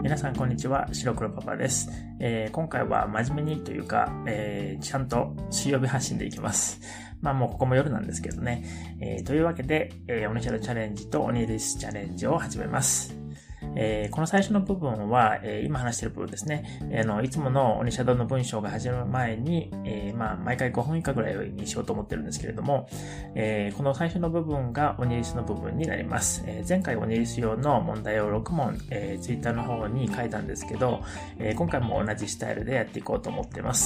皆さんこんにちは、白黒パパです。今回は真面目にというか、ちゃんと水曜日発信でいきます。もうここも夜なんですけどね。というわけで、オニシャドチャレンジとオニリスチャレンジを始めます。この最初の部分は、今話している部分ですね。いつものオニシャドウの文章が始まる前に、毎回5分以下ぐらいにしようと思ってるんですけれども、この最初の部分がオニリスの部分になります。前回オニリス用の問題を6問、ツイッターの方に書いたんですけど、今回も同じスタイルでやっていこうと思ってます。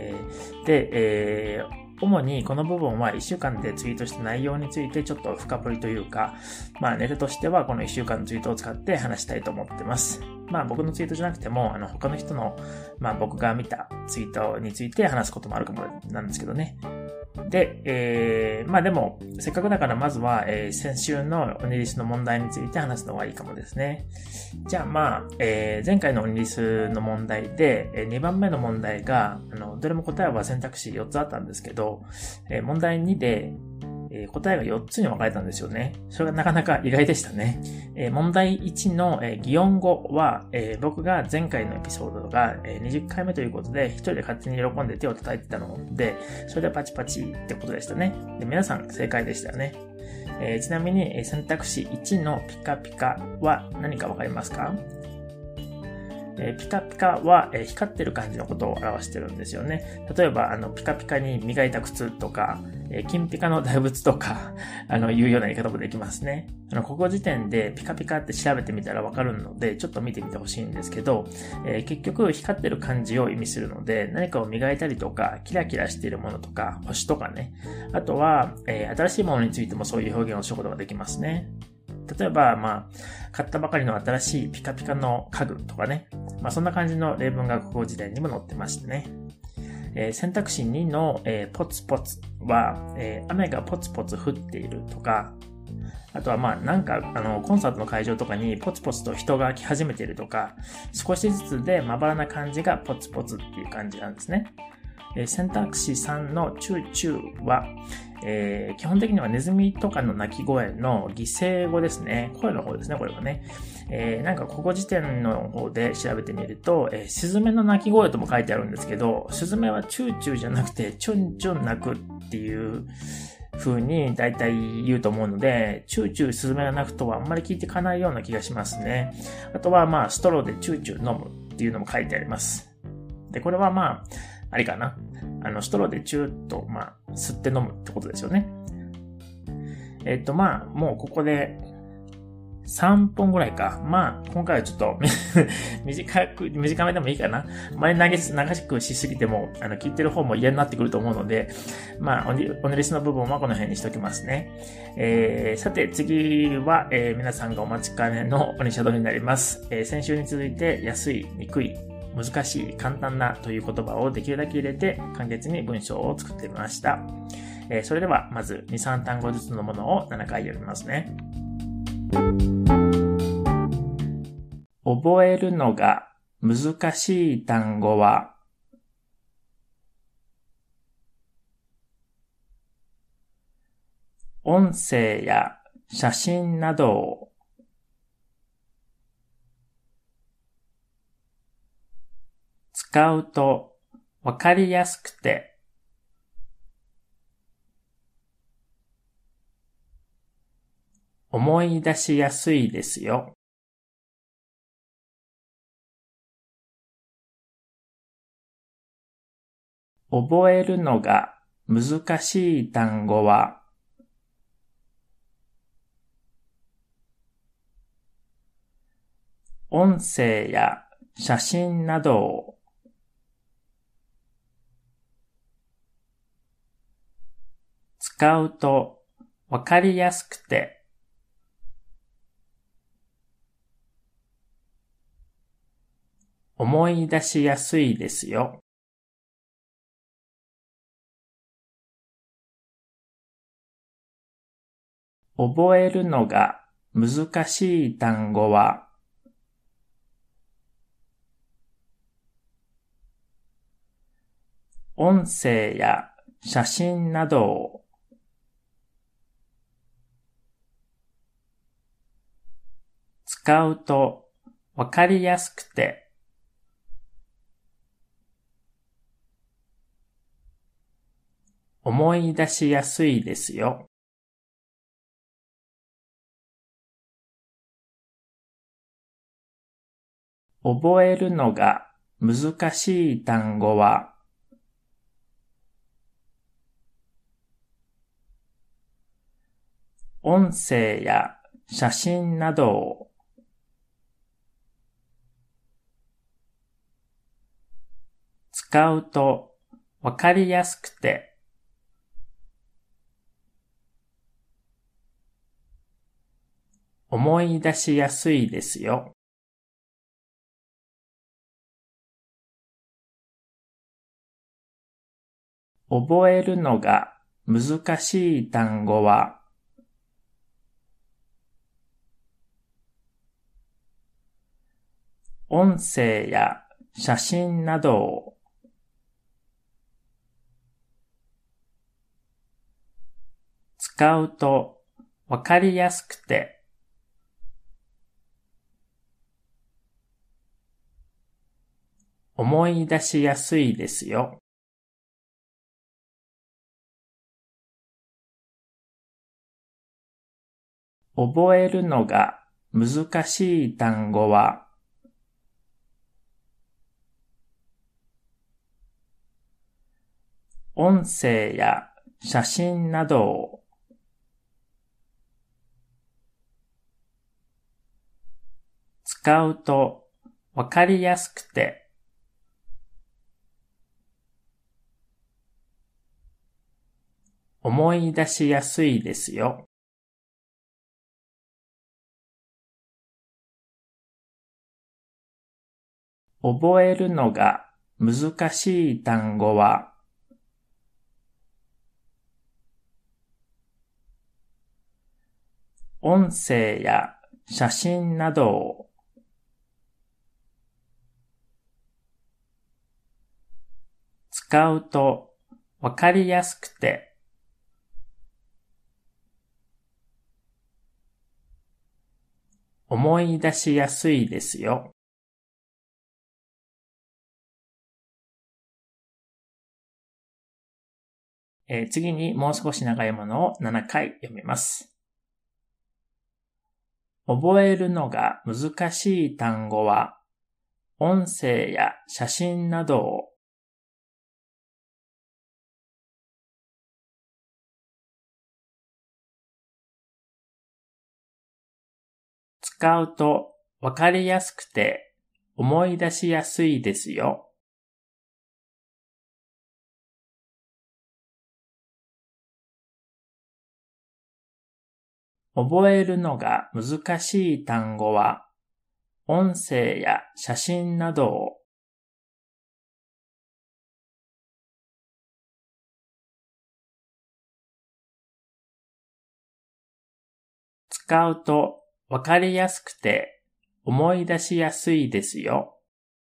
主にこの部分は1週間でツイートした内容についてちょっと深掘りというか、ネタとしてはこの1週間のツイートを使って話したいと思ってます。僕のツイートじゃなくても、他の人の、僕が見たツイートについて話すこともあるかもなんですけどね。で、でも、せっかくだからまずは、先週のオニリスの問題について話すのがいいかもですね。じゃあ前回のオニリスの問題で、2番目の問題が、どれも答えは選択肢4つあったんですけど、問題2で、答えが4つに分かれたんですよね。それがなかなか意外でしたね。問題1の擬音語は、僕が前回のエピソードが20回目ということで、一人で勝手に喜んで手を叩いてたので、それでパチパチってことでしたね。で、皆さん正解でしたよね。ちなみに選択肢1のピカピカは何か分かりますか？ピカピカは光ってる感じのことを表してるんですよね。例えば、ピカピカに磨いた靴とか、金ピカの大仏とか、いうような言い方もできますね。ここ時点でピカピカって調べてみたらわかるので、ちょっと見てみてほしいんですけど、結局光ってる感じを意味するので、何かを磨いたりとか、キラキラしているものとか、星とかね。あとは、新しいものについてもそういう表現をすることができますね。例えば、買ったばかりの新しいピカピカの家具とかね。そんな感じの例文が国語辞典にも載ってましてね。選択肢2の、ポツポツは、雨がポツポツ降っているとか、あとはコンサートの会場とかにポツポツと人が来始めているとか、少しずつでまばらな感じがポツポツっていう感じなんですね。選択肢3のチューチューは、基本的にはネズミとかの鳴き声の擬声語ですね。声の方ですね、これはね。ここ時点の方で調べてみると、スズメの鳴き声とも書いてあるんですけど、スズメはチューチューじゃなくて、チュンチュン鳴くっていう風に大体言うと思うので、チューチュースズメが鳴くとはあんまり聞いていかないような気がしますね。あとはストローでチューチュー飲むっていうのも書いてあります。で、これはありかな。ストローでチューッと、吸って飲むってことですよね。もうここで3本ぐらいか。今回はちょっと短めでもいいかな。長くしすぎても、聞いてる方も嫌になってくると思うので、オニリスの部分はこの辺にしときますね。さて次は、皆さんがお待ちかねのオニシャドウになります。先週に続いて安い、にくい、難しい、簡単なという言葉をできるだけ入れて簡潔に文章を作ってみました。それではまず2、3単語ずつのものを7回読みますね。覚えるのが難しい単語は、音声や写真などを使うとわかりやすくて思い出しやすいですよ。覚えるのが難しい単語は、音声や写真などを使うとわかりやすくて思い出しやすいですよ。覚えるのが難しい単語は、音声や写真などを使うとわかりやすくて、思い出しやすいですよ。覚えるのが難しい単語は、音声や写真などを使うとわかりやすくて思い出しやすいですよ。覚えるのが難しい単語は、音声や写真などを使うとわかりやすくて思い出しやすいですよ。覚えるのが難しい単語は、音声や写真などを使うとわかりやすくて思い出しやすいですよ。覚えるのが難しい単語は、音声や写真などを使うとわかりやすくて思い出しやすいですよ。次にもう少し長いものを7回読みます。覚えるのが難しい単語は、音声や写真などを使うとわかりやすくて思い出しやすいですよ。覚えるのが難しい単語は、音声や写真などを使うとわかりやすくて思い出しやすいですよ。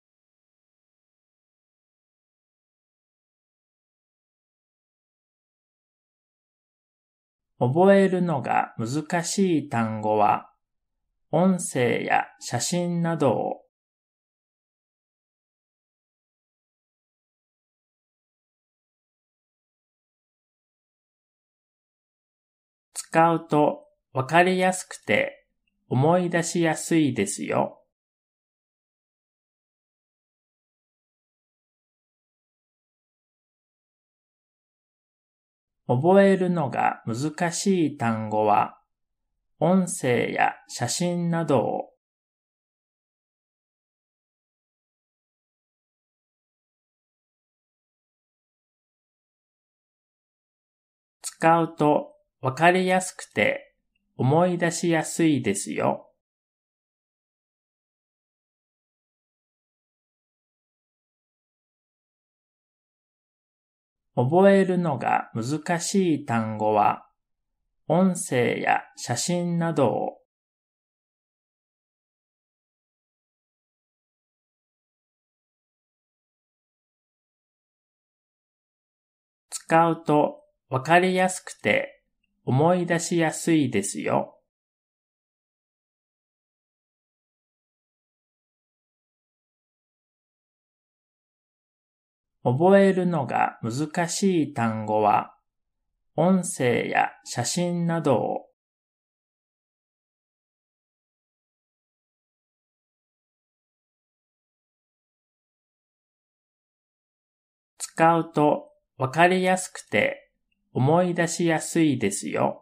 覚えるのが難しい単語は、音声や写真などを使うとわかりやすくて思い出しやすいですよ。覚えるのが難しい単語は、音声や写真などを使うとわかりやすくて思い出しやすいですよ。覚えるのが難しい単語は、音声や写真などを使うとわかりやすくて思い出しやすいですよ。 覚えるのが難しい単語は、音声や写真などを使うとわかりやすくて思い出しやすいですよ。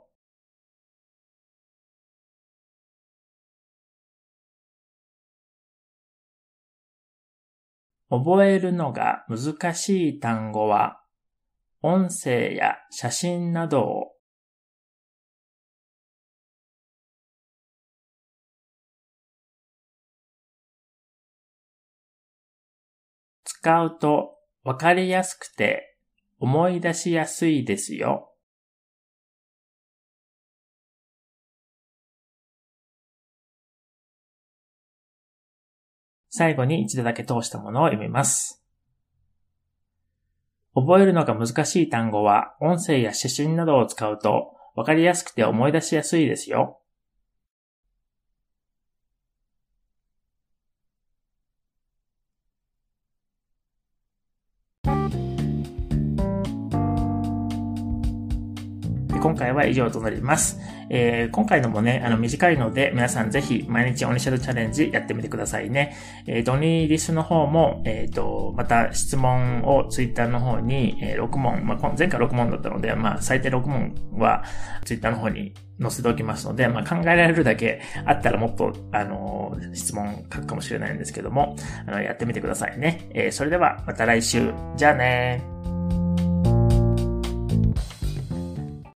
覚えるのが難しい単語は、音声や写真などを使うとわかりやすくて思い出しやすいですよ。最後に一度だけ通したものを読みます。覚えるのが難しい単語は音声や写真などを使うとわかりやすくて思い出しやすいですよ。今回は以上となります。今回のもね、短いので、皆さんぜひ毎日オニシャルチャレンジやってみてくださいね。オニリスの方も、また質問をツイッターの方に、6問、前回6問だったので、最低6問はツイッターの方に載せておきますので、考えられるだけあったらもっと、質問書くかもしれないんですけども、やってみてくださいね。それではまた来週。じゃあねー。